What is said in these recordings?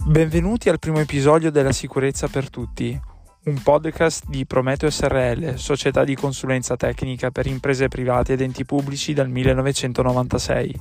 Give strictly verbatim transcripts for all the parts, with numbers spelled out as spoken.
Benvenuti al primo episodio della Sicurezza per Tutti, un podcast di Prometeo S R L, società di consulenza tecnica per imprese private ed enti pubblici dal millenovecentonovantasei.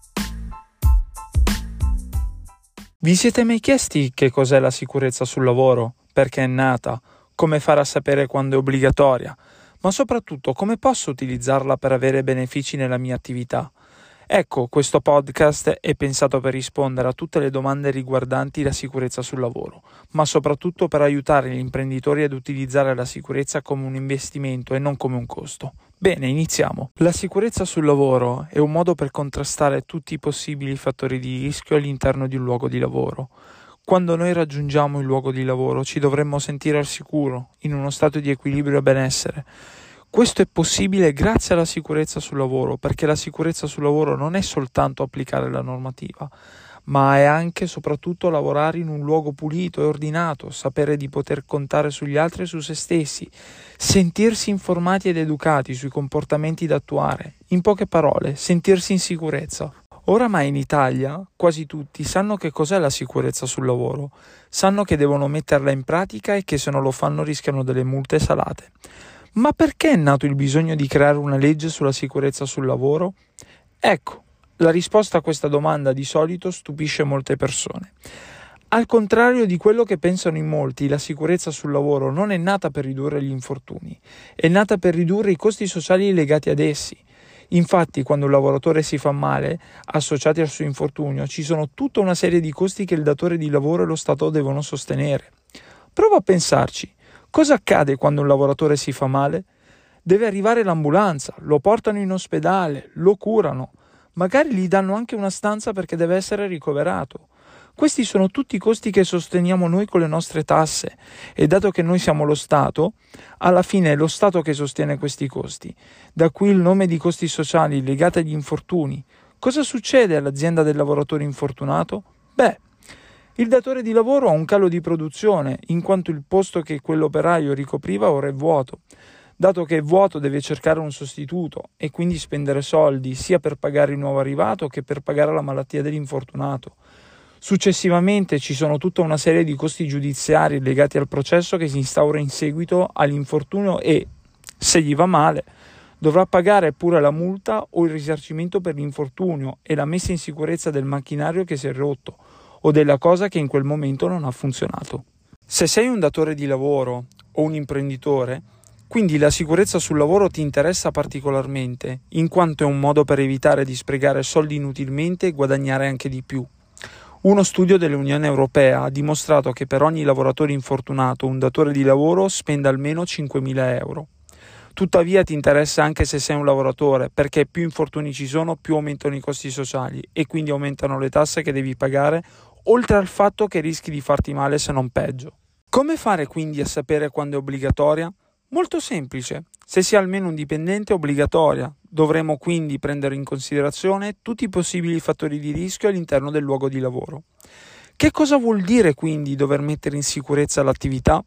Vi siete mai chiesti che cos'è la sicurezza sul lavoro? Perché è nata? Come fare a sapere quando è obbligatoria? Ma soprattutto come posso utilizzarla per avere benefici nella mia attività? Ecco, questo podcast è pensato per rispondere a tutte le domande riguardanti la sicurezza sul lavoro, ma soprattutto per aiutare gli imprenditori ad utilizzare la sicurezza come un investimento e non come un costo. Bene, iniziamo. La sicurezza sul lavoro è un modo per contrastare tutti i possibili fattori di rischio all'interno di un luogo di lavoro. Quando noi raggiungiamo il luogo di lavoro ci dovremmo sentire al sicuro, in uno stato di equilibrio e benessere. Questo è possibile grazie alla sicurezza sul lavoro, perché la sicurezza sul lavoro non è soltanto applicare la normativa, ma è anche e soprattutto lavorare in un luogo pulito e ordinato, sapere di poter contare sugli altri e su se stessi, sentirsi informati ed educati sui comportamenti da attuare, in poche parole, sentirsi in sicurezza. Oramai in Italia quasi tutti sanno che cos'è la sicurezza sul lavoro, sanno che devono metterla in pratica e che se non lo fanno rischiano delle multe salate. Ma perché è nato il bisogno di creare una legge sulla sicurezza sul lavoro? Ecco, la risposta a questa domanda di solito stupisce molte persone. Al contrario di quello che pensano in molti, la sicurezza sul lavoro non è nata per ridurre gli infortuni, è nata per ridurre i costi sociali legati ad essi. Infatti, quando un lavoratore si fa male, associati al suo infortunio, ci sono tutta una serie di costi che il datore di lavoro e lo Stato devono sostenere. Prova a pensarci. Cosa accade quando un lavoratore si fa male? Deve arrivare l'ambulanza, lo portano in ospedale, lo curano, magari gli danno anche una stanza perché deve essere ricoverato. Questi sono tutti i costi che sosteniamo noi con le nostre tasse e dato che noi siamo lo Stato, alla fine è lo Stato che sostiene questi costi. Da qui il nome di costi sociali legati agli infortuni. Cosa succede all'azienda del lavoratore infortunato? Beh, il datore di lavoro ha un calo di produzione, in quanto il posto che quell'operaio ricopriva ora è vuoto. Dato che è vuoto deve cercare un sostituto e quindi spendere soldi sia per pagare il nuovo arrivato che per pagare la malattia dell'infortunato. Successivamente ci sono tutta una serie di costi giudiziari legati al processo che si instaura in seguito all'infortunio e, se gli va male, dovrà pagare pure la multa o il risarcimento per l'infortunio e la messa in sicurezza del macchinario che si è rotto o della cosa che in quel momento non ha funzionato. Se sei un datore di lavoro o un imprenditore, quindi la sicurezza sul lavoro ti interessa particolarmente, in quanto è un modo per evitare di sprecare soldi inutilmente e guadagnare anche di più. Uno studio dell'Unione Europea ha dimostrato che per ogni lavoratore infortunato un datore di lavoro spende almeno cinquemila euro. Tuttavia ti interessa anche se sei un lavoratore, perché più infortuni ci sono, più aumentano i costi sociali e quindi aumentano le tasse che devi pagare, oltre al fatto che rischi di farti male se non peggio. Come fare quindi a sapere quando è obbligatoria? Molto semplice. Se si è almeno un dipendente è obbligatoria. Dovremo quindi prendere in considerazione tutti i possibili fattori di rischio all'interno del luogo di lavoro. Che cosa vuol dire quindi dover mettere in sicurezza l'attività?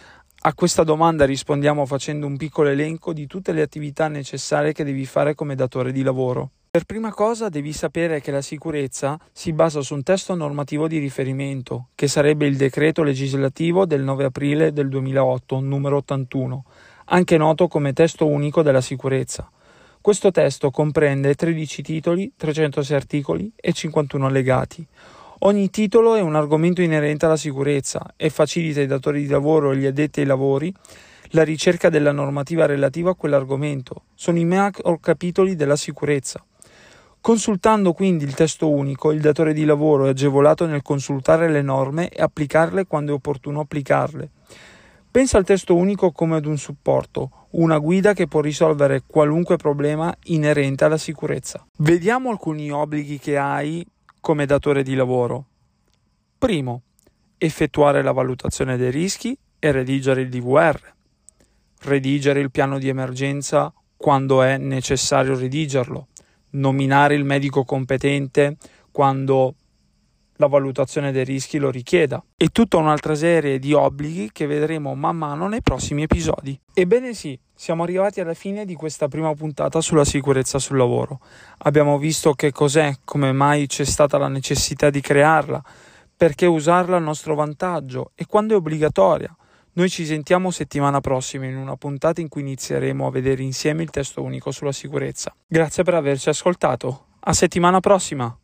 A questa domanda rispondiamo facendo un piccolo elenco di tutte le attività necessarie che devi fare come datore di lavoro. Per prima cosa devi sapere che la sicurezza si basa su un testo normativo di riferimento, che sarebbe il decreto legislativo del nove aprile del duemilaotto, numero ottantuno, anche noto come testo unico della sicurezza. Questo testo comprende tredici titoli, trecentosei articoli e cinquantuno allegati. Ogni titolo è un argomento inerente alla sicurezza e facilita ai datori di lavoro e gli addetti ai lavori la ricerca della normativa relativa a quell'argomento. Sono i macro capitoli della sicurezza. Consultando quindi il testo unico, il datore di lavoro è agevolato nel consultare le norme e applicarle quando è opportuno applicarle. Pensa al testo unico come ad un supporto, una guida che può risolvere qualunque problema inerente alla sicurezza. Vediamo alcuni obblighi che hai come datore di lavoro. Primo, effettuare la valutazione dei rischi e redigere il D V R. Redigere il piano di emergenza quando è necessario redigerlo. Nominare il medico competente quando la valutazione dei rischi lo richieda. E tutta un'altra serie di obblighi che vedremo man mano nei prossimi episodi. Ebbene sì, siamo arrivati alla fine di questa prima puntata sulla sicurezza sul lavoro. Abbiamo visto che cos'è, come mai c'è stata la necessità di crearla, perché usarla a nostro vantaggio e quando è obbligatoria. Noi ci sentiamo settimana prossima in una puntata in cui inizieremo a vedere insieme il testo unico sulla sicurezza. Grazie per averci ascoltato. A settimana prossima!